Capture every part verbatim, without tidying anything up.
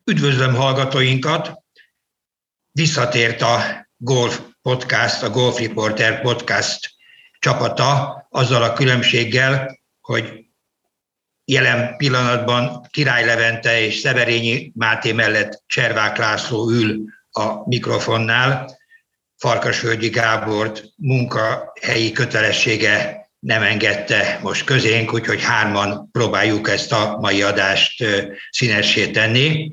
Üdvözlöm hallgatóinkat! Visszatért a Golf Podcast, a Golf Reporter Podcast csapata, azzal a különbséggel, hogy jelen pillanatban Király Levente és Szeverényi Máté mellett Cservák László ül a mikrofonnál. Farkasvölgyi Gábort munkahelyi kötelessége nem engedte most közénk, úgyhogy hárman próbáljuk ezt a mai adást színessé tenni.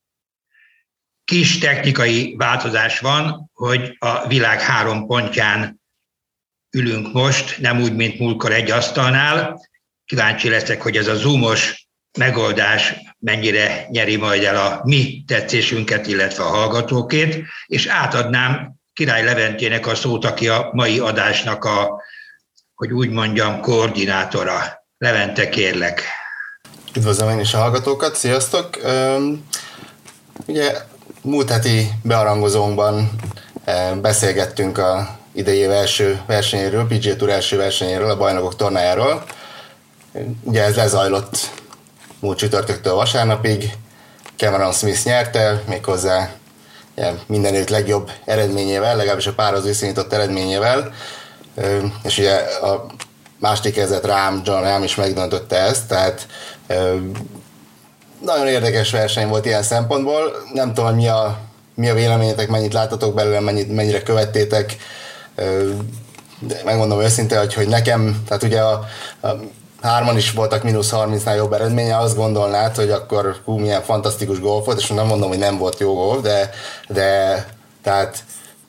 Kis technikai változás van, hogy a világ három pontján ülünk most, nem úgy, mint múltkor egy asztalnál. Kíváncsi leszek, hogy ez a zoomos megoldás mennyire nyeri majd el a mi tetszésünket, illetve a hallgatókét, és átadnám Király Leventének a szót, aki a mai adásnak a, hogy úgy mondjam, koordinátora. Levente, kérlek. Üdvözlöm én is a hallgatókat, sziasztok! Ugye múlt heti bearangozónkban beszélgettünk a idei év első versenyéről, pé gé Tour első versenyéről, a bajnokok tornájáról. Ugye ez lezajlott múlt csütörtöktől vasárnapig. Cameron Smith nyerte, méghozzá mindenütt legjobb eredményével, legalábbis a párhoz viszonyított eredményével. És ugye a második helyzet Rahm, Jon Rahm is megdöntötte ezt, tehát nagyon érdekes verseny volt ilyen szempontból. Nem tudom, mi a, mi a véleményetek, mennyit láttatok belőle, mennyit, mennyire követtétek. De megmondom őszintén, hogy, hogy nekem, tehát ugye a, a hárman is voltak mínusz harmincnál jobb eredménye, azt gondolnád, hogy akkor hú, milyen fantasztikus golf volt, és nem mondom, hogy nem volt jó golf, de, de tehát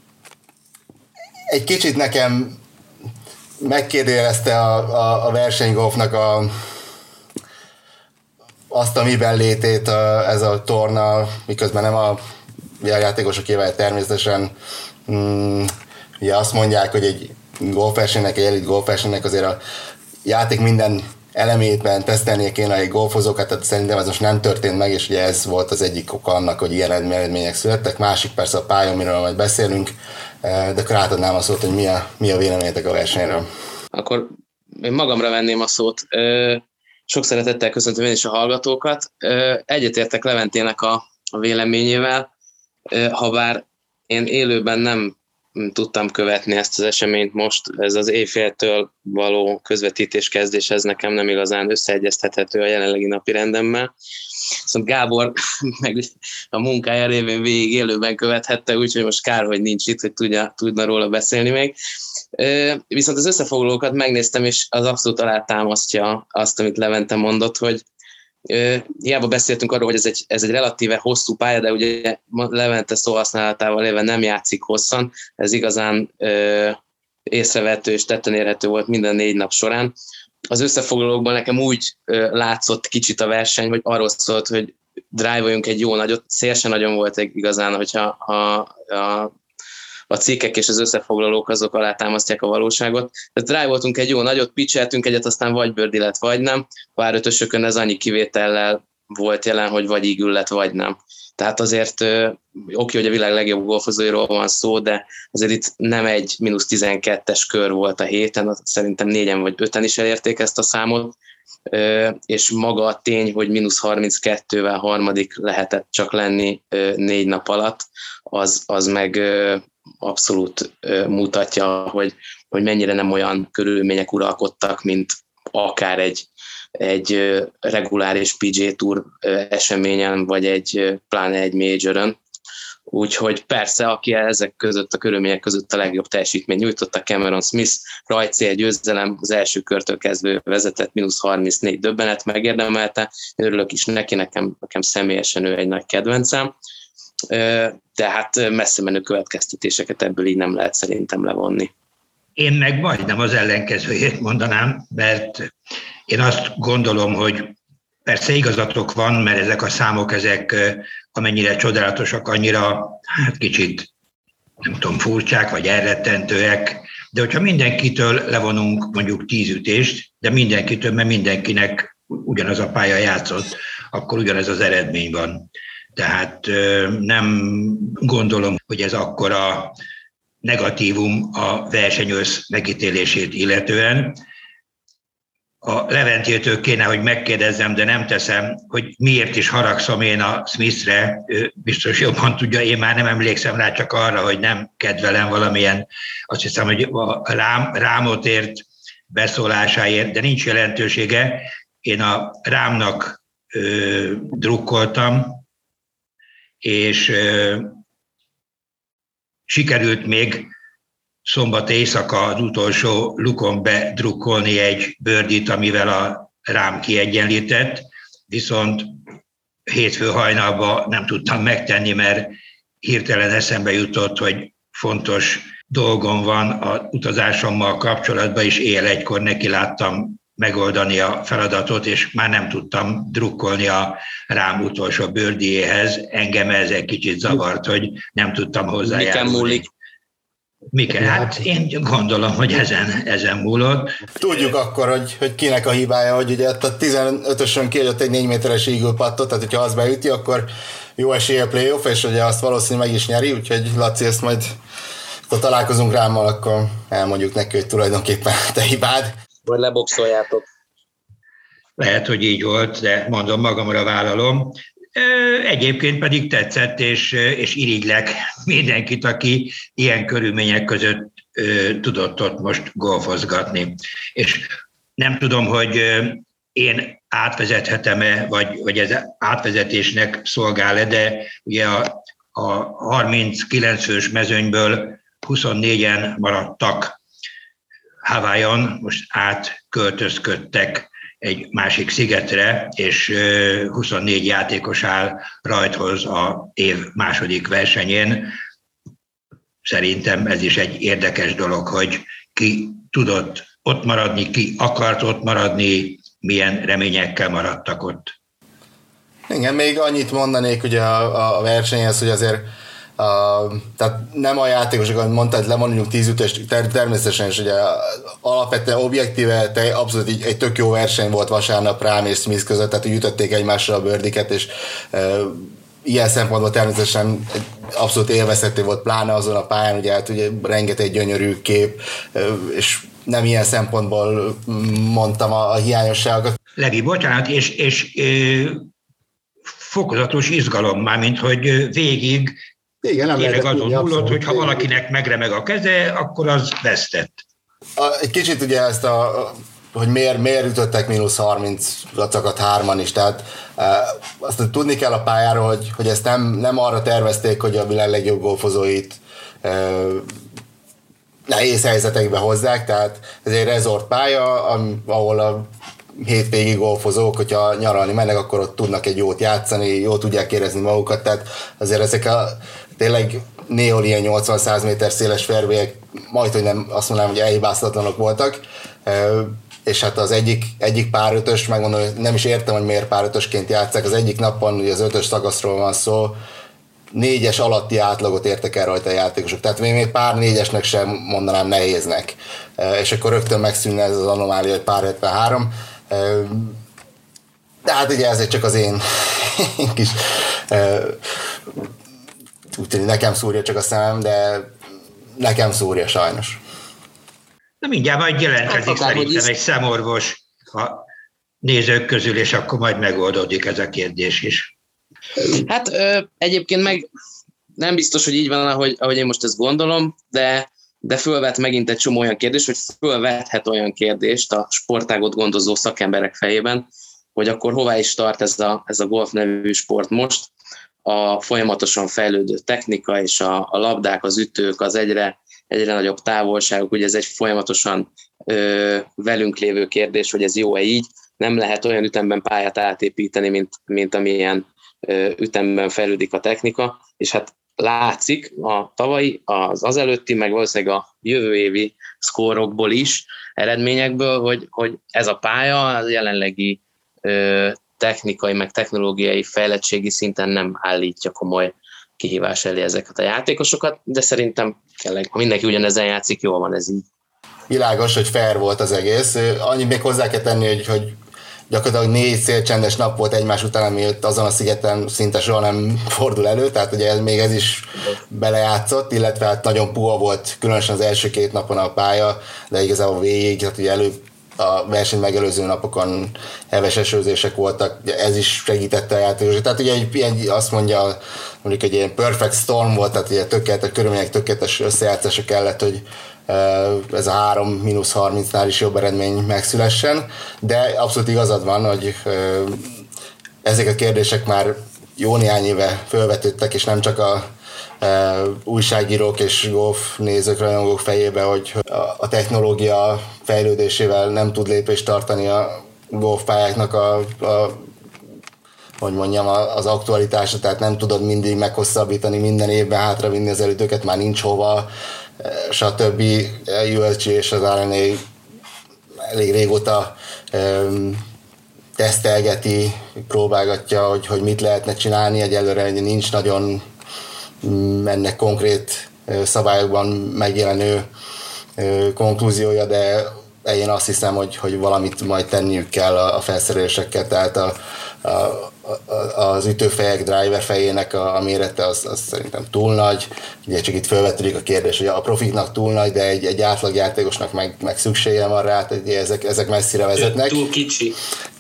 egy kicsit nekem megkérdőjelezte a, a, a versenygolfnak a, azt a miben létét a, ez a torna, miközben nem a, a játékosokével természetesen mm, ugye azt mondják, hogy egy golfversenynek, egy elit golfversenynek azért a játék minden elemében tesztelnie kéne egy golfozókat, tehát szerintem ez most nem történt meg, és ugye ez volt az egyik oka annak, hogy ilyen eredmények születtek. Másik persze a pálya, amiről majd beszélünk, de akkor átadnám a szót, hogy mi a, mi a véleményetek a versenyről. Akkor én magamra venném a szót. Sok szeretettel köszöntöm én is a hallgatókat. Egyetértek Leventének a, a véleményével, habár én élőben nem tudtam követni ezt az eseményt most, ez az éjféltől való közvetítés kezdés, ez nekem nem igazán összeegyeztethető a jelenlegi napi rendemmel. Szóval Gábor meg a munkája révén végig élőben követhette, úgyhogy most kár, hogy nincs itt, hogy tudja, tudna róla beszélni még. Viszont az összefoglalókat megnéztem, és az abszolút alátámasztja azt, amit Levente mondott, hogy hiába beszéltünk arról, hogy ez egy, ez egy relatíve hosszú pálya, de ugye Levente szóhasználatával élve nem játszik hosszan, ez igazán ö, észrevehető és tetten érhető volt minden négy nap során. Az összefoglalókban nekem úgy ö, látszott kicsit a verseny, hogy arról szólt, hogy drive-oljunk egy jó nagyot, szél se nagyon volt igazán, hogyha ha, a, a cikkek és az összefoglalók azok alátámasztják a valóságot. Tehát drive-oltunk egy jó nagyot, pitcheltünk egyet, aztán vagy birdie lett, vagy nem. Pár ötösökön ez annyi kivétellel volt jelen, hogy vagy eagle lett, vagy nem. Tehát azért oké, hogy a világ legjobb golfozóiról van szó, de azért itt nem egy mínusz tizenkettes kör volt a héten, szerintem négyen vagy öten is elérték ezt a számot, és maga a tény, hogy mínusz harminckettővel harmadik lehetett csak lenni négy nap alatt, az, az meg abszolút mutatja, hogy, hogy mennyire nem olyan körülmények uralkodtak, mint akár egy, egy reguláris pé gé Tour eseményen, vagy egy pláne egy majoron. Úgyhogy persze, aki ezek között, a körülmények között a legjobb teljesítmény nyújtotta, Cameron Smith, rajtcél győzelem, az első körtől kezdve vezetett, mínusz harmincnégy döbbenet megérdemelte. Örülök is neki, nekem, nekem személyesen ő egy nagy kedvencem. De hát messze menő következtetéseket ebből így nem lehet szerintem levonni. Én meg majdnem az ellenkezőjét mondanám, mert én azt gondolom, hogy persze igazatok van, mert ezek a számok, ezek amennyire csodálatosak, annyira hát kicsit, nem tudom, furcsák vagy elrettentőek, de hogyha mindenkitől levonunk mondjuk tíz ütést, de mindenkitől, mert mindenkinek ugyanaz a pálya játszott, akkor ugyanez az eredmény van. Tehát nem gondolom, hogy ez akkora negatívum a versenyősz megítélését illetően. a Leventétől kéne, hogy megkérdezzem, de nem teszem, hogy miért is haragszom én a Smithre, ő biztos jobban tudja, én már nem emlékszem rá, csak arra, hogy nem kedvelem valamilyen, azt hiszem, hogy a rám, rámot ért beszólásáért, de nincs jelentősége. Én a Rámnak ö, drukkoltam, és ö, sikerült még szombat éjszaka az utolsó lukon bedrukkolni egy birdit, amivel a Rám kiegyenlített, viszont hétfő hajnalban nem tudtam megtenni, mert hirtelen eszembe jutott, hogy fontos dolgom van az utazásommal kapcsolatban, és éjjel egykor neki láttam megoldani a feladatot, és már nem tudtam drukkolni a Rám utolsó birdiehez. Engem ez egy kicsit zavart, hogy nem tudtam hozzájárulni. Miken? Hát én gondolom, hogy ezen, ezen múlott. Tudjuk akkor, hogy, hogy kinek a hibája, hogy ugye a tizenötösön kiadott egy négy méteres eagle puttot, tehát hogyha az beüti, akkor jó esélye a playoff, és ugye azt valószínűleg meg is nyeri, úgyhogy Laci, ezt majd ha találkozunk Rámmal, akkor elmondjuk neki, hogy tulajdonképpen te hibád. Vagy leboxoljátok. Lehet, hogy így volt, de mondom, magamra vállalom. Egyébként pedig tetszett, és, és irigylek mindenkit, aki ilyen körülmények között tudott ott most golfozgatni. És nem tudom, hogy én átvezethetem-e, vagy, vagy ez átvezetésnek szolgál-e, de ugye a, a harminckilenc fős mezőnyből huszonnégyen maradtak Hawaiion, most átköltözködtek egy másik szigetre, és huszonnégy játékos áll rajthoz az év második versenyén. Szerintem ez is egy érdekes dolog, hogy ki tudott ott maradni, ki akart ott maradni, milyen reményekkel maradtak ott. Igen, még annyit mondanék ugye a, a versenyhez, hogy azért a, tehát nem a játékosok, amit mondtad, lemondjuk tíz ütést, ter- természetesen is ugye alapvetően objektíve abszolút egy, egy tök jó verseny volt vasárnap Rám és Smith között, tehát ütötték egymásra a birdiket, és e, ilyen szempontból természetesen abszolút élvezhető volt, pláne azon a pályán, ugye, hát ugye rengeteg gyönyörű kép, e, és nem ilyen szempontból mondtam a, a hiányosságokat. Levi, bocsánat, és, és e, fokozatos izgalom, mármint, hogy végig igen, nem tényleg azon múlott, hogy ha valakinek megremeg a keze, akkor az vesztett. A, egy kicsit ugye ezt a, hogy miért, miért ütöttek mínusz harminc lacakat hárman is, tehát e, azt tudni kell a pályáról, hogy, hogy ezt nem, nem arra tervezték, hogy a világ legjobb golfozóit e, nehéz helyzetekbe hozzák, tehát ez egy resort pálya, ahol a hétvégi golfozók, hogyha nyaralni mennek, akkor ott tudnak egy jót játszani, jól tudják érezni magukat, tehát azért ezek a tényleg néhol ilyen nyolcvan-száz méter széles fairwayek majd, hogy nem azt mondanám, hogy elhibáztatlanok voltak, és hát az egyik, egyik párötös, megmondom, hogy nem is értem, hogy miért párötösként játszák, az egyik napon, ugye az ötös szakaszról van szó, négyes alatti átlagot értek el rajta a játékosok, tehát még, még pár négyesnek sem mondanám nehéznek, és akkor rögtön megszűnne ez az anomália, hogy pár hetvenhárom. De hát ugye ez csak az én, én kis úgyhogy nekem szúrja csak a szemem, de nekem szúrja sajnos. Na mindjárt majd jelentkezik szerintem egy szemorvos a nézők közül, és akkor majd megoldódik ez a kérdés is. Hát ö, egyébként meg nem biztos, hogy így van, ahogy, ahogy én most ezt gondolom, de, de fölvet megint egy csomó olyan kérdés, hogy fölvethet olyan kérdést a sportágot gondozó szakemberek fejében, hogy akkor hová is tart ez a, ez a golf nevű sport most. A folyamatosan fejlődő technika és a, a labdák, az ütők, az egyre, egyre nagyobb távolságok, ugye ez egy folyamatosan ö, velünk lévő kérdés, hogy ez jó-e így. Nem lehet olyan ütemben pályát átépíteni, mint, mint amilyen ö, ütemben fejlődik a technika, és hát látszik a tavalyi, az, az előtti, meg valószínűleg a jövő évi szkórokból is, eredményekből, hogy, hogy ez a pálya a jelenlegi ö, technikai, meg technológiai fejlettségi szinten nem állítja komoly kihívás elé ezeket a játékosokat, de szerintem tényleg, ha mindenki ugyanezen játszik, jól van ez így. Világos, hogy fair volt az egész. Annyit még hozzá kell tenni, hogy, hogy gyakorlatilag négy szélcsendes nap volt egymás után, ami azon a szigeten szinte soha nem fordul elő, tehát ugye ez, még ez is belejátszott, illetve hát nagyon puha volt, különösen az első két napon a pálya, de igazából végig, hát ugye elő a verseny megelőző napokon heves esőzések voltak, ez is segítette a játékosok. Tehát ugye egy, egy, azt mondja, mondjuk egy ilyen perfect storm volt, tehát ugye tökéletes körülmények, tökéletes összejátszása kellett, hogy ez a három mínusz harmincnál is jobb eredmény megszülessen, de abszolút igazad van, hogy ezek a kérdések már jó néhány éve felvetődtek, és nem csak a újságírók és golf nézők, rajongók fejébe, hogy a technológia fejlődésével nem tud lépést tartani a golfpályáknak a, a hogy mondjam, az aktualitása, tehát nem tudod mindig meghosszabbítani, minden évben hátravinni az elődöket, már nincs hova, stb. U S G és az er en á elég régóta um, tesztelgeti, próbálgatja, hogy, hogy mit lehetne csinálni, egyelőre nincs nagyon ennek konkrét szabályokban megjelenő konklúziója, de én azt hiszem, hogy, hogy valamit majd tenniük kell a, a felszerelésekkel, tehát a, a, az ütőfejek, driver fejének a, a mérete az, az szerintem túl nagy. Ugye csak itt felvetődik a kérdés, hogy a profiknak túl nagy, de egy, egy átlagjátékosnak meg, meg szüksége van rá, tehát ezek, ezek messzire vezetnek. Túl kicsi.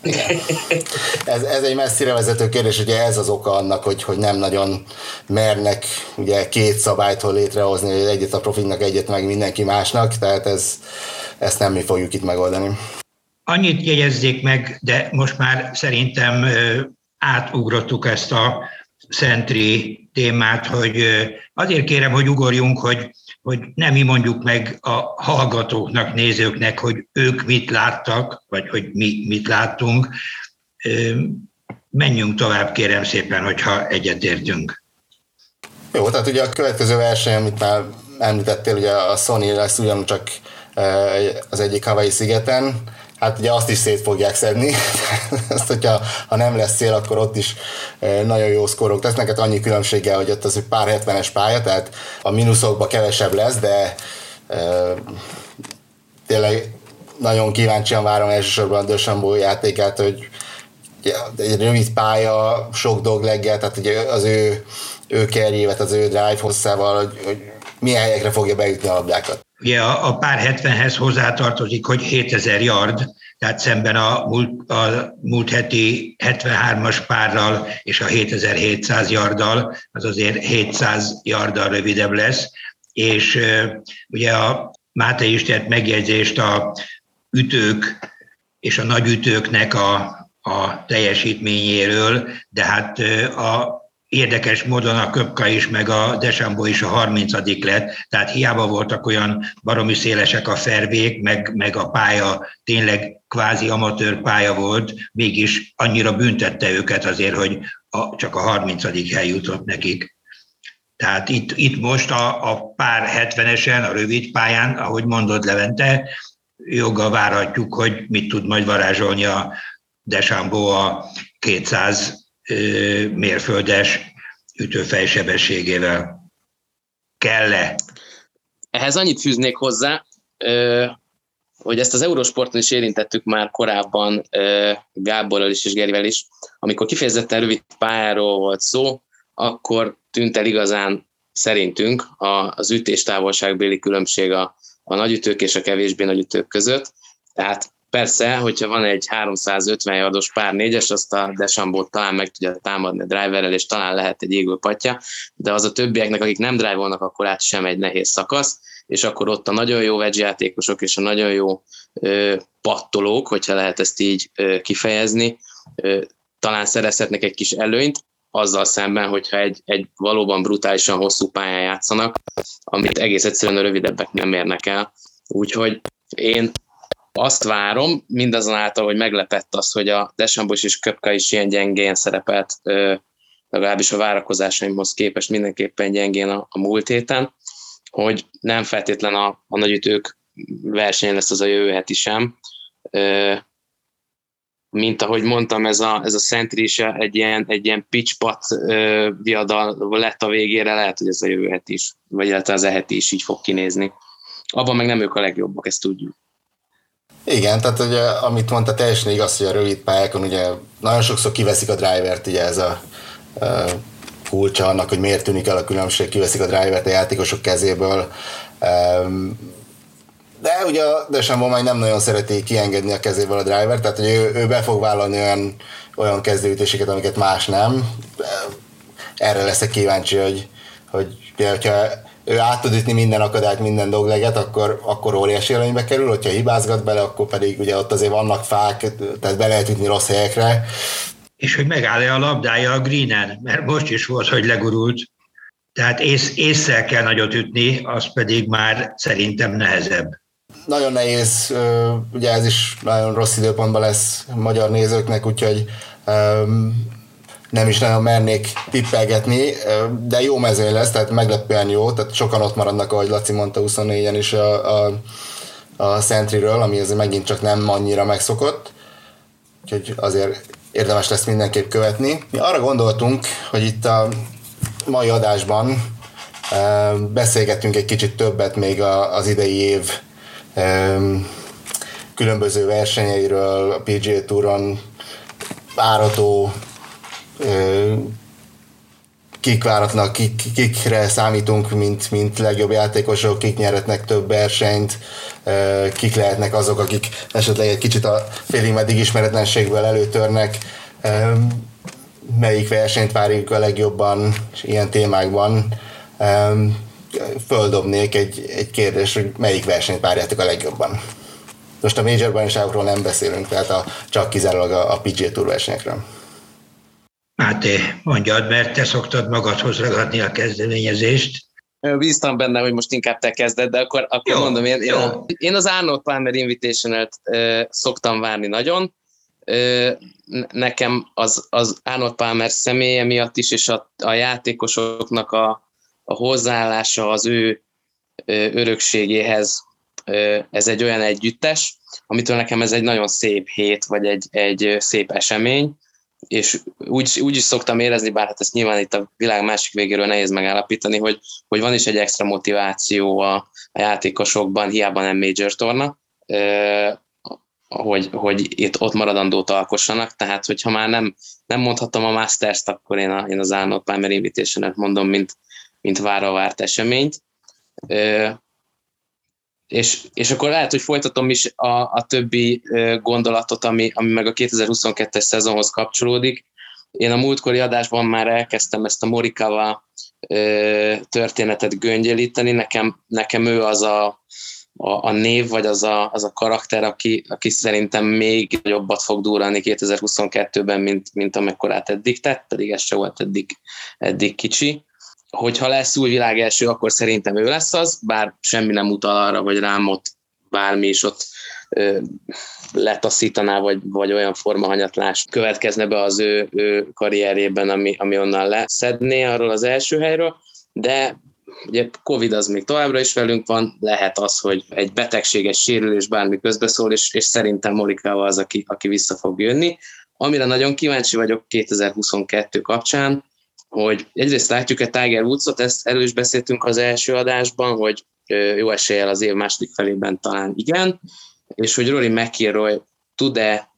ez, ez egy messzire vezető kérdés, ugye ez az oka annak, hogy, hogy nem nagyon mernek ugye két szabálytól létrehozni, hogy egyet a profiknak, egyet meg mindenki másnak, tehát ez, ezt nem mi fogjuk itt megoldani. Annyit jegyezzék meg, de most már szerintem átugrottuk ezt a Sentry témát, hogy azért kérem, hogy ugorjunk, hogy, hogy nem mi mondjuk meg a hallgatóknak, nézőknek, hogy ők mit láttak, vagy hogy mi mit láttunk. Menjünk tovább, kérem szépen, hogyha egyetértünk. Jó, tehát ugye a következő verseny, amit már említettél, ugye a Sony lesz ugyancsak az egyik Hawaii szigeten. Hát ugye azt is szét fogják szedni, azt, hogyha ha nem lesz szél, akkor ott is nagyon jó szkorok lesznek, hát annyi különbséggel, hogy ott az egy pár hetvenes pálya, tehát a mínuszokban kevesebb lesz, de e, tényleg nagyon kíváncsian várom elsősorban a DeChambeau játékát, hogy egy rövid pálya, sok dogleggel, tehát ugye az ő, ő kerjévet, az ő drive hosszával, hogy, hogy milyen helyekre fogja beütni a labdákat. Ugye a, a pár hetvenhez hozzátartozik, hogy hétezer yard, tehát szemben a múlt, a múlt heti hetvenhármas párral és a hétezer-hétszáz yarddal, az azért hétszáz yarddal rövidebb lesz, és uh, ugye a Máté is tett megjegyzést a ütők és a nagyütőknek a, a teljesítményéről, de hát uh, a érdekes módon a Köpka is, meg a DeChambeau is a harmincadik lett, tehát hiába voltak olyan baromi szélesek a fairwayk, meg, meg a pálya tényleg kvázi amatőr pálya volt, mégis annyira büntette őket azért, hogy a, csak a harmincadik hely jutott nekik. Tehát itt, itt most a, a pár hetvenesen, a rövid pályán, ahogy mondod Levente, joggal várhatjuk, hogy mit tud majd varázsolni a DeChambeau a kétszáz mérföldes ütőfejsebességével. Kell-e? Ehhez annyit fűznék hozzá, hogy ezt az Eurosporton is érintettük már korábban Gáborral is és Gerivel is. Amikor kifejezetten rövid pályáról volt szó, akkor tűnt el igazán szerintünk az ütéstávolságbéli különbség a, a nagyütők és a kevésbé nagyütők között. Tehát persze, hogyha van egy háromszázötven yardos pár négyes, azt a DeChambeau talán meg tudja támadni a driverrel, és talán lehet egy égő patja, de az a többieknek, akik nem drive-olnak, akkor át sem egy nehéz szakasz, és akkor ott a nagyon jó wedge játékosok és a nagyon jó ö, pattolók, hogyha lehet ezt így ö, kifejezni, ö, talán szerezhetnek egy kis előnyt, azzal szemben, hogyha egy, egy valóban brutálisan hosszú pályán játszanak, amit egész egyszerűen a rövidebbek nem érnek el. Úgyhogy én azt várom, mindazonáltal, hogy meglepett az, hogy a DeChambeau és Köpka is ilyen gyengén szerepelt, legalábbis a várakozásaimhoz képest mindenképpen gyengén a, a múlt héten, hogy nem feltétlen a, a nagyütők verseny lesz az a jövő heti sem. Mint ahogy mondtam, ez a, ez a Sentry is egy ilyen, egy ilyen pitch-pat viadal lett a végére, lehet, hogy ez a jövő heti is, vagy illetve az e heti is így fog kinézni. Abban meg nem ők a legjobbak, ezt tudjuk. Igen, tehát ugye, amit mondta, teljesen igaz, hogy a rövid pályákon ugye nagyon sokszor kiveszik a drivert, ugye ez a, a kulcsa annak, hogy miért tűnik el a különbség, kiveszik a drivert a játékosok kezéből. Um, De ugye a DeChambeau majd nem nagyon szereti kiengedni a kezéből a driver, tehát hogy ő, ő be fog vállalni olyan, olyan kezdőütéseket, amiket más nem. Erre leszek kíváncsi, hogy, hogy hogyha ő át tud ütni minden akadályt, minden dogleget, akkor, akkor óriási előnybe kerül, hogyha hibázgat bele, akkor pedig ugye ott azért vannak fák, tehát be lehet ütni rossz helyekre. És hogy megáll-e a labdája a greenen, mert most is volt, hogy legurult. Tehát ész, észszel kell nagyot ütni, az pedig már szerintem nehezebb. Nagyon nehéz, ugye ez is nagyon rossz időpontban lesz magyar nézőknek, úgyhogy nem is nagyon mernék tippelgetni, de jó mezőny lesz, tehát meglepően jó, tehát sokan ott maradnak, ahogy Laci mondta, huszonnégyen is a, a, a Sentryről, ami azért megint csak nem annyira megszokott, úgyhogy azért érdemes lesz mindenképp követni. Mi arra gondoltunk, hogy itt a mai adásban beszélgettünk egy kicsit többet még az idei év különböző versenyeiről, a pé gé á Touron várható, kik váratnak, kik, kikre számítunk, mint, mint legjobb játékosok, kik nyerhetnek több versenyt, kik lehetnek azok, akik esetleg egy kicsit a félig meddig ismeretlenségből előtörnek, melyik versenyt várjuk a legjobban, és ilyen témákban földobnék egy, egy kérdés, hogy melyik versenyt várjátok a legjobban. Most a Major bajnokságokról nem beszélünk, tehát a, csak kizárólag a, a pé gé á Tour versenyekről. Máté, mondjad, mert te szoktad magadhoz ragadni a kezdeményezést. Bíztam benne, hogy most inkább te kezded, de akkor, akkor jó, mondom, én, én, a, én az Arnold Palmer Invitational-t uh, szoktam várni nagyon. Uh, nekem az, az Arnold Palmer személye miatt is, és a, a játékosoknak a, a hozzáállása az ő uh, örökségéhez, uh, ez egy olyan együttes, amitől nekem ez egy nagyon szép hét, vagy egy, egy szép esemény, és úgy, úgy is szoktam érezni, bár hát ezt nyilván itt a világ másik végéről nehéz megállapítani, hogy, hogy van is egy extra motiváció a, a játékosokban, hiába nem major torna, eh, hogy, hogy itt ott maradandót alkossanak, tehát hogyha már nem, nem mondhatom a Masters-t, akkor én, a, én az Arnold Palmer Invitational-t mondom, mint, mint várva várt eseményt. Eh, És, és akkor lehet, hogy folytatom is a, a többi gondolatot, ami, ami meg a kétezer-huszonkettes szezonhoz kapcsolódik. Én a múltkori adásban már elkezdtem ezt a Morikawa történetet göngyölíteni. Nekem, nekem ő az a, a, a név, vagy az a, az a karakter, aki, aki szerintem még jobbat fog durrani kétezer-huszonkettőben, mint, mint amekkorát eddig tett, pedig ez se volt eddig, eddig kicsi. Hogyha lesz új világ első, akkor szerintem ő lesz az, bár semmi nem utal arra, hogy rám ott bármi is ott ö, letaszítaná, vagy, vagy olyan formahanyatlás következne be az ő, ő karrierjében, ami, ami onnan leszedné arról az első helyről, de ugye Covid az még továbbra is velünk van, lehet az, hogy egy betegséges sérülés bármi közbeszól, és, és szerintem Morikawa az, aki, aki vissza fog jönni. Amire nagyon kíváncsi vagyok kétezer-huszonkettő kapcsán, hogy egyrészt látjuk-e Tiger Woodsot, ezt erről is beszéltünk az első adásban, hogy jó eséllyel az év második felében talán igen, és hogy Rory McIlroy tud-e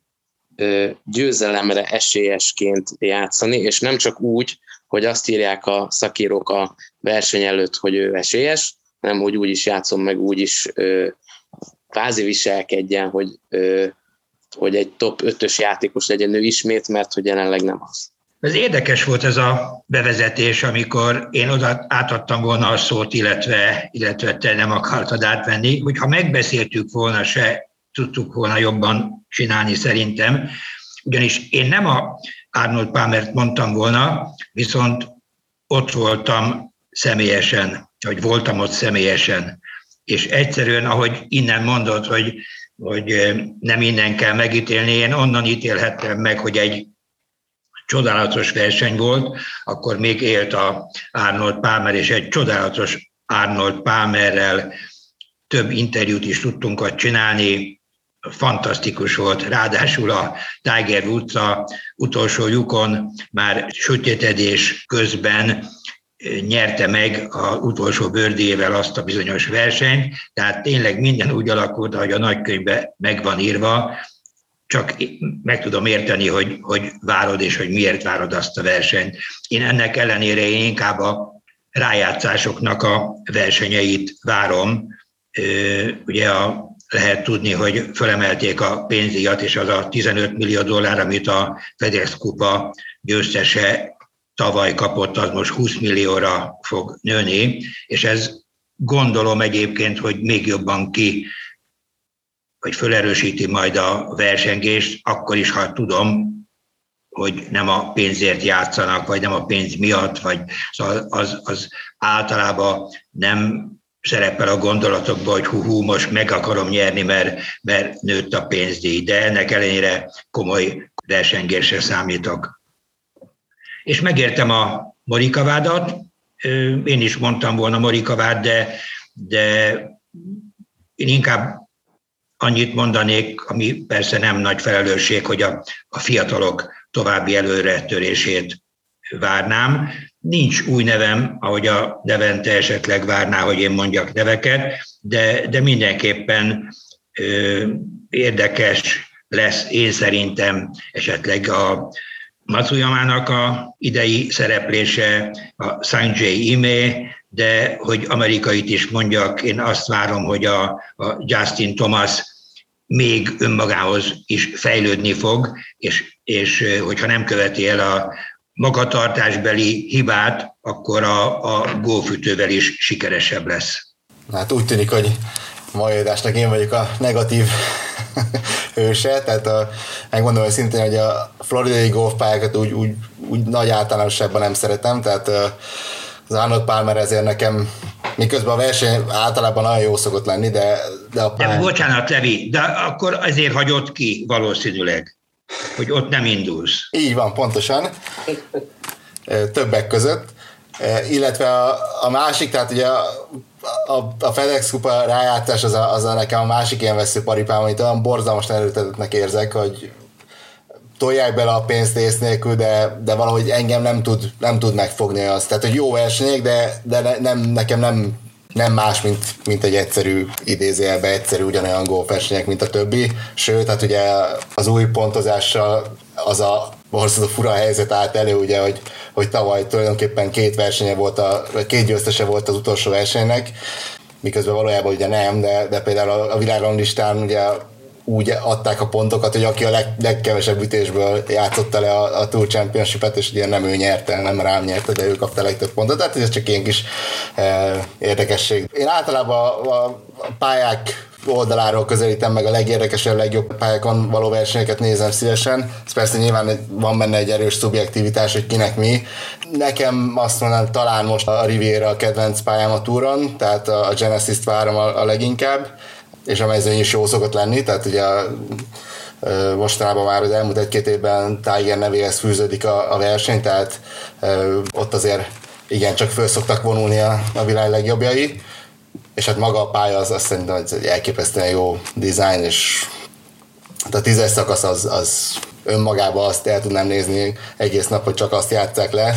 győzelemre esélyesként játszani, és nem csak úgy, hogy azt írják a szakírók a verseny előtt, hogy ő esélyes, hanem hogy úgy is játszom, meg úgy is kvázi viselkedjen, hogy, hogy egy top ötös játékos legyen ő ismét, mert hogy jelenleg nem az. Ez érdekes volt ez a bevezetés, amikor én oda átadtam volna a szót, illetve, illetve te nem akartad átvenni, hogyha megbeszéltük volna, se tudtuk volna jobban csinálni szerintem, ugyanis én nem a Arnold Palmert mondtam volna, viszont ott voltam személyesen, vagy voltam ott személyesen, és egyszerűen, ahogy innen mondod, hogy, hogy nem innen kell megítélni, én onnan ítélhettem meg, hogy egy csodálatos verseny volt, akkor még élt a Arnold Palmer, és egy csodálatos Arnold Palmerrel több interjút is tudtunk ott csinálni, fantasztikus volt, ráadásul a Tiger Woods a utolsó lyukon már sötétedés közben nyerte meg az utolsó birdie-vel azt a bizonyos versenyt, tehát tényleg minden úgy alakult, ahogy a nagykönyvben meg van írva, csak meg tudom érteni, hogy, hogy várod, és hogy miért várod azt a versenyt. Én ennek ellenére én inkább a rájátszásoknak a versenyeit várom, ugye a, lehet tudni, hogy fölemelték a pénzdíjat, és az a tizenöt millió dollár, amit a FedEx kupa győztese tavaly kapott, az most húsz millióra fog nőni, és ez gondolom egyébként, hogy még jobban ki, vagy felerősíti majd a versengést, akkor is, ha tudom, hogy nem a pénzért játszanak, vagy nem a pénz miatt, vagy szóval az, az általában nem szerepel a gondolatokban, hogy hú, hú, most meg akarom nyerni, mert, mert nőtt a pénzdíj, de ennek ellenére komoly versengésre számítok. És megértem a Morikavádat, én is mondtam volna Morikavát, de, de én inkább annyit mondanék, ami persze nem nagy felelősség, hogy a, a fiatalok további előretörését várnám. Nincs új nevem, ahogy a Devente esetleg várná, hogy én mondjak neveket, de, de mindenképpen ö, érdekes lesz én szerintem esetleg a Matsuyamának a idei szereplése, a Sanjay Ime, de hogy amerikait is mondjak, én azt várom, hogy a, a Justin Thomas még önmagához is fejlődni fog, és, és hogyha nem követi el a magatartásbeli hibát, akkor a, a gólfütővel is sikeresebb lesz. Hát úgy tűnik, hogy mai adásnak én vagyok a negatív hőse, tehát a, megmondom őszintén, hogy a floridai golfpályákat úgy, úgy, úgy nagy általánosságban nem szeretem, tehát az Arnold Palmer ezért nekem, miközben a verseny általában nagyon jó szokott lenni, de, de a pályán... De bocsánat, Levi, de akkor azért hagyott ki valószínűleg, hogy ott nem indulsz. Így van, pontosan. Többek között. Illetve a, a másik, tehát ugye a, a, a FedEx kupa rájátszás az a, az a nekem a másik ilyen vesző paripám, amit olyan borzalmasan erőltetettnek érzek, hogy tolják bele a pénzt ész nélkül, de, de valahogy engem nem tud, nem tud megfogni azt. Tehát, hogy jó versenyek, de, de ne, nem, nekem nem, nem más, mint, mint egy egyszerű idézőjelbe, egyszerű ugyanolyan golfversenyek, mint a többi. Sőt, hát ugye az új pontozással az a borzasztó fura helyzet állt elő, ugye, hogy, hogy tavaly tulajdonképpen két versenye volt, a, vagy két győztese volt az utolsó versenynek, miközben valójában ugye nem, de, de például a, a világranglistán ugye úgy adták a pontokat, hogy aki a leg, legkevesebb ütésből játszotta le a, a Tour Championship-et, és ugye nem ő nyerte, nem rám nyerte, de ő kapta a legtöbb pontot, tehát ez csak ilyen kis eh, érdekesség. Én általában a, a pályák oldaláról közelítem meg a legérdekesebb, legjobb pályákon való versenyeket nézem szívesen. Ez persze nyilván van benne egy erős szubjektivitás, hogy kinek mi. Nekem azt mondanám, talán most a Riviera a kedvenc pályám a túron, tehát a Genesis-t várom a, a leginkább, és a mezőny is jó szokott lenni, tehát ugye mostanában már az elmúlt egy-két évben Tiger nevéhez fűződik a, a verseny, tehát ott azért igen, csak föl szoktak vonulni a, a világ legjobbjai, és hát maga a pálya az azt szerintem, hogy egy elképesztően jó dizájn, és a tízes szakasz az, az önmagában azt el tudnám nézni egész nap, hogy csak azt játsszák le,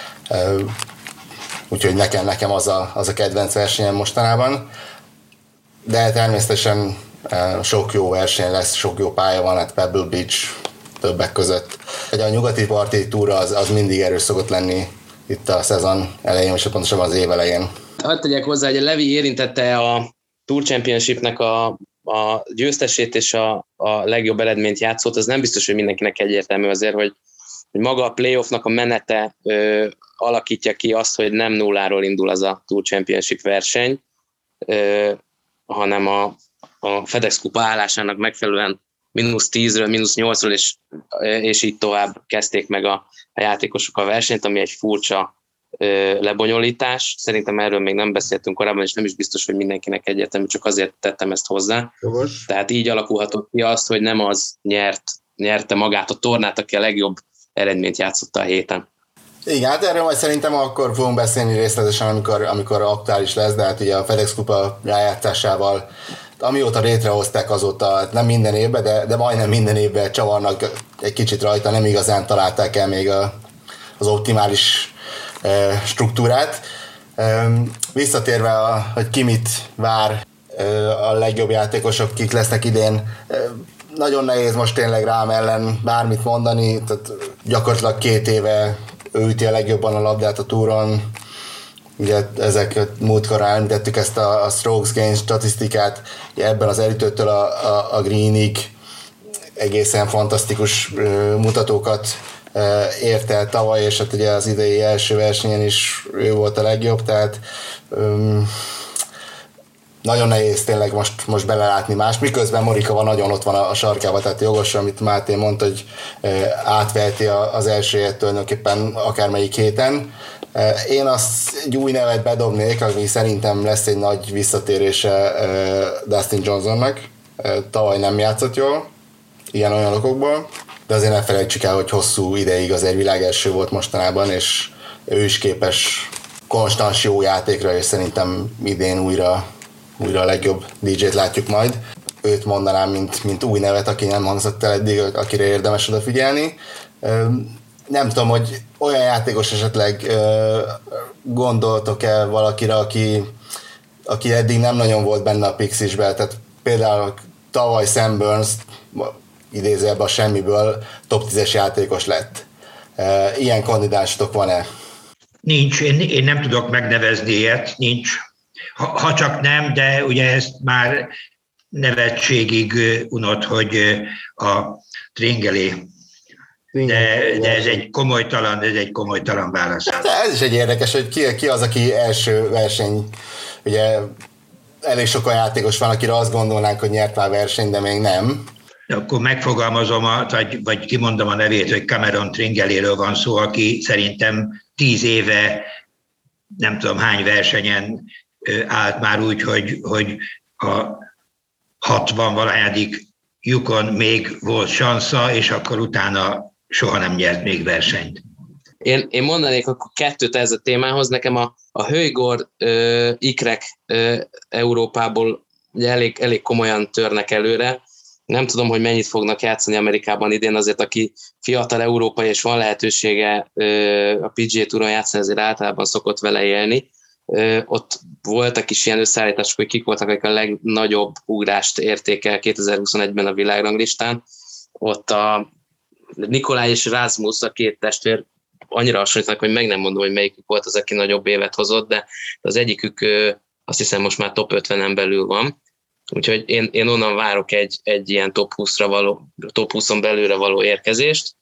úgyhogy nekem, nekem az, a, az a kedvenc versenyem mostanában. De természetesen sok jó verseny lesz, sok jó pálya van, hát Pebble Beach többek között. A nyugati parti túra az, az mindig erős szokott lenni itt a szezon elején, és pontosabban az év elején. Hadd tegyek hozzá, hogy a Levi érintette a Tour Championshipnek a, a győztesét és a, a legjobb eredményt játszott, az nem biztos, hogy mindenkinek egyértelmű azért, hogy, hogy maga a playoffnak a menete ö, alakítja ki azt, hogy nem nulláról indul az a Tour Championship verseny, ö, hanem a, a FedEx kupa állásának megfelelően mínusz tízről, mínusz nyolcról, és, és így tovább kezdték meg a, a játékosok a versenyt, ami egy furcsa ö, lebonyolítás. Szerintem erről még nem beszéltünk korábban, és nem is biztos, hogy mindenkinek egyértelmű, csak azért tettem ezt hozzá. Jogos. Tehát így alakulhatott ki azt, hogy nem az nyert, nyerte magát a tornát, aki a legjobb eredményt játszotta a héten. Igen, hát erről majd szerintem akkor fogunk beszélni részletesen, amikor, amikor aktuális lesz, de hát ugye a FedEx kupa rájátszásával, amióta létrehozták azóta, nem minden évben, de, de majdnem minden évben csavarnak egy kicsit rajta, nem igazán találták el még a, az optimális e, struktúrát. E, visszatérve, a, hogy ki mit vár e, a legjobb játékosok, kik lesznek idén, e, nagyon nehéz most tényleg rám ellen bármit mondani, tehát gyakorlatilag két éve ő üti a legjobban a labdát a túron, ugye ezek múltkor említettük ezt a, a strokes gain statisztikát, ugye ebben az elütőtől a, a, a greenig egészen fantasztikus mutatókat ért el tavaly, és hát ugye az idei első versenyen is ő volt a legjobb, tehát um, nagyon nehéz tényleg most, most belelátni más, miközben Morika van nagyon ott van a, a sarkában, tehát jogos, amit Máté mondta, hogy átveheti az elsőjét tulajdonképpen akármelyik héten. Én azt egy új nevet bedobnék, ami szerintem lesz egy nagy visszatérése Dustin Johnsonnak. Tavaly nem játszott jól, ilyen-olyan okokból, de azért ne felejtsük el, hogy hosszú ideig azért világelső volt mostanában, és ő is képes konstans jó játékra, és szerintem idén újra, újra a legjobb dé jét látjuk majd. Őt mondanám, mint, mint új nevet, aki nem hangzott el eddig, akire érdemes odafigyelni. Nem tudom, hogy olyan játékos esetleg gondoltok-e valakire, aki, aki eddig nem nagyon volt benne a Pixisben, tehát például tavaly Sam Burns idézőjelben a semmiből top tízes játékos lett. Ilyen kandidásotok van-e? Nincs, én, én nem tudok megnevezni ilyet, nincs. Ha, ha csak nem, de ugye ezt már nevetségig unott, hogy a Tringelé. De, de ez egy komolytalan, ez egy komolytalan válasz. Ez is egy érdekes, hogy ki, ki az, aki első verseny, ugye elég sok olyan játékos van, akire azt gondolnánk, hogy nyert már verseny, de még nem. Akkor megfogalmazom, vagy, vagy kimondom a nevét, hogy Cameron Tringeléről van szó, aki szerintem tíz éve, nem tudom hány versenyen állt már úgy, hogy, hogy a hatvan-valahányadik lyukon még volt sansza, és akkor utána soha nem nyert még versenyt. Én, én mondanék akkor kettőt ez a témához. Nekem a, a Höjgor ö, ikrek ö, Európából ugye elég, elég komolyan törnek előre. Nem tudom, hogy mennyit fognak játszani Amerikában idén, azért aki fiatal európai és van lehetősége ö, a pé gé á Touron játszani, azért általában szokott vele élni. Ö, ott voltak is ilyen összeállítások, hogy kik voltak, akik a legnagyobb ugrást érték el kétezer-huszonegyben a világranglistán. Ott a Nikolaj és Rasmus, a két testvér, annyira hasonlítanak, hogy meg nem mondom, hogy melyikük volt az, aki nagyobb évet hozott, de az egyikük azt hiszem most már top ötvenen belül van. Úgyhogy én, én onnan várok egy, egy ilyen top húszra való, top húszon belőle való érkezést.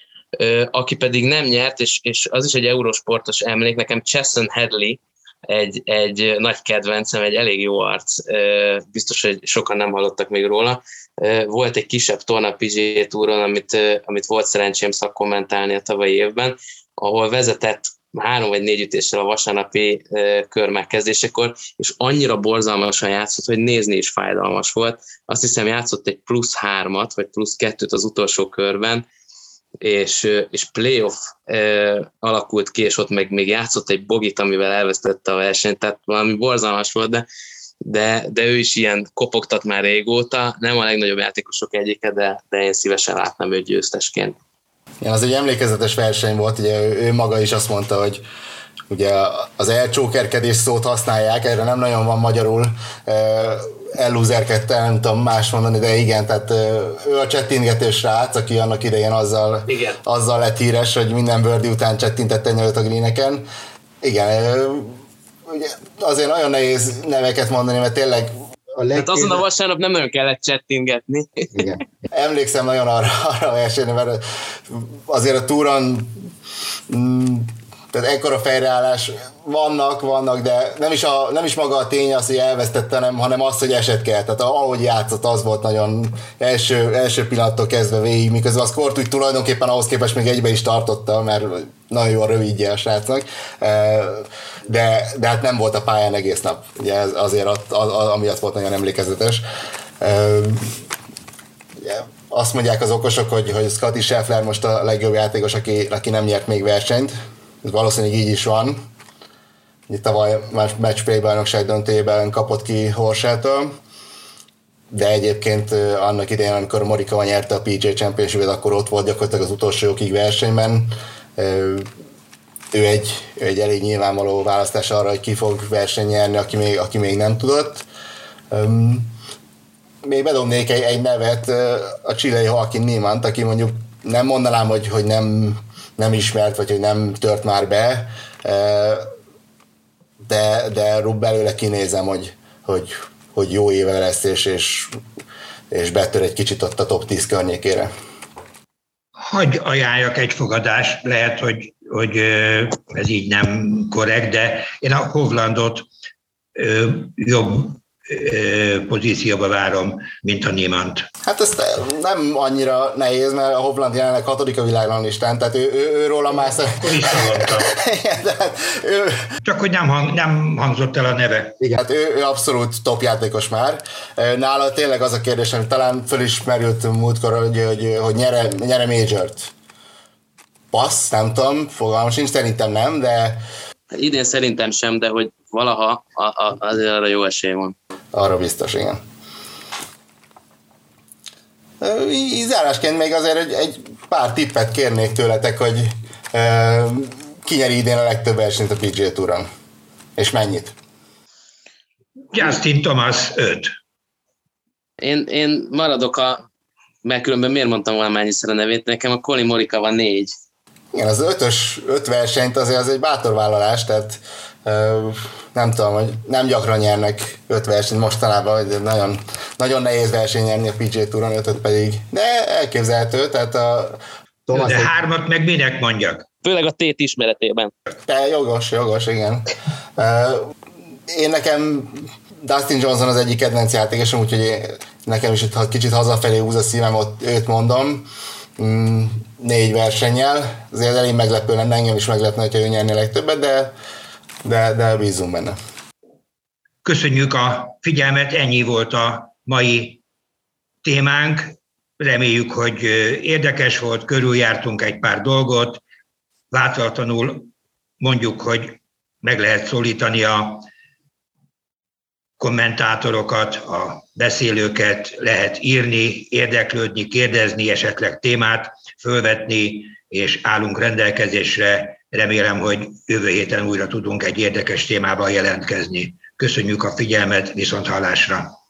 Aki pedig nem nyert, és, és az is egy eurósportos emlék, nekem Chesson Hadley, egy, egy nagy kedvencem, egy elég jó arc, biztos, hogy sokan nem hallottak még róla. Volt egy kisebb torna pé gé á Touron, amit, amit volt szerencsém szakkommentálni a tavalyi évben, ahol vezetett három vagy négy ütéssel a vasárnapi kör megkezdésekor, és annyira borzalmasan játszott, hogy nézni is fájdalmas volt. Azt hiszem játszott egy plusz hármat, vagy plusz kettőt az utolsó körben, és, és playoff eh, alakult ki, és ott meg még játszott egy bogit, amivel elvesztette a versenyt, tehát valami borzalmas volt, de, de, de ő is ilyen kopogtat már régóta, nem a legnagyobb játékosok egyike, de, de én szívesen látnám őt győztesként. Igen, az egy emlékezetes verseny volt, ugye ő, ő maga is azt mondta, hogy ugye az elcsókerkedés szót használják, erre nem nagyon van magyarul, ellúzerkedte, nem tudom más mondani, de igen, tehát ő a csettingető srác, aki annak idején azzal, azzal lett híres, hogy minden birdie után csettintett egyet a greeneken. Igen, ugye azért nagyon nehéz neveket mondani, mert tényleg a leg... Hát azon a vasárnap nem nagyon kellett csettingetni. Igen. Emlékszem nagyon arra, arra a versenyre, mert azért a túron tehát ekkora fejreállás vannak, vannak, de nem is, a, nem is maga a tény az, hogy elvesztette, nem, hanem az, hogy eset kell. Tehát ahogy játszott, az volt nagyon első, első pillanattól kezdve végig, miközben a szkort úgy tulajdonképpen ahhoz képest még egybe is tartotta, mert nagyon jó a rövidje a srácnak, de, de hát nem volt a pályán egész nap. Ugye ez azért az, az, az, amiatt volt nagyon emlékezetes. Azt mondják az okosok, hogy, hogy Scottie Scheffler most a legjobb játékos, aki, aki nem nyert még versenyt. Ez valószínűleg így is van. Itt tavaly matchplay bajnokság döntőjében kapott ki Horscheltől, de egyébként annak idején, amikor Morikawa nyerte a pé gé á Championship-et, akkor ott volt gyakorlatilag az utolsó jogig versenyben. Ő egy, ő egy elég nyilvánvaló választás arra, hogy ki fog verseny nyerni, aki még, aki még nem tudott. Még bedobnék egy, egy nevet, a chilei Joaquin Niemann, aki mondjuk nem mondanám, hogy, hogy nem, nem ismert, vagy hogy nem tört már be, de, de belőle kinézem, hogy, hogy, hogy jó éve lesz, és, és, és betör egy kicsit ott a top tíz környékére. Hagy ajánljak egy fogadást, lehet, hogy, hogy ez így nem korrekt, de én a Hovlandot jobb pozícióba várom, mint a Niemann-t. Hát ez nem annyira nehéz, mert a Hovland jelenleg hatodik a világranglistán, tehát ő, ő, ő róla már Akkor is ő... Csak hogy nem, hang, nem hangzott el a neve. Igen, hát ő, ő abszolút top játékos már. Nála tényleg az a kérdés, ami talán fölismerült múltkor, hogy, hogy, hogy nyere, nyere Majort. Passz, nem tudom, fogalmam sincs, szerintem nem, de... Idén szerintem sem, de hogy valaha a, a, azért arra jó esély van. Arra biztos, igen. Zárásként még azért egy, egy pár tippet kérnék tőletek, hogy e, ki nyeri idén a legtöbb versenyt a pé gé á Touron. És mennyit? Justin Thomas öt. Én, én maradok a... Mert különben miért mondtam volna mennyiszer a nevét? Nekem a Collin Morikawa négy. Igen, az ötös, öt versenyt azért az egy bátor vállalás, tehát nem tudom, hogy nem gyakran nyernek öt versenyt mostanában, hogy nagyon, nagyon nehéz verseny nyerni a pé gé á Touron, ötöt pedig, de elképzelhető, tehát a Thomas de egy... hármat meg minek mondjak? Főleg a tét ismeretében. De jogos, jogos, igen. Én nekem Dustin Johnson az egyik kedvenc játékosom, úgyhogy nekem is itt kicsit hazafelé húz a szívem, ott őt mondom. Négy versennyel, azért elég meglepő lenne, engem is meglepne, hogyha ő nyerni a legtöbbet, de, de, de bízunk benne. Köszönjük a figyelmet, ennyi volt a mai témánk. Reméljük, hogy érdekes volt, körüljártunk egy pár dolgot. Változatlanul mondjuk, hogy meg lehet szólítani a kommentátorokat, a beszélőket, lehet írni, érdeklődni, kérdezni, esetleg témát fölvetni, és állunk rendelkezésre. Remélem, hogy jövő héten újra tudunk egy érdekes témában jelentkezni. Köszönjük a figyelmet, viszont hallásra!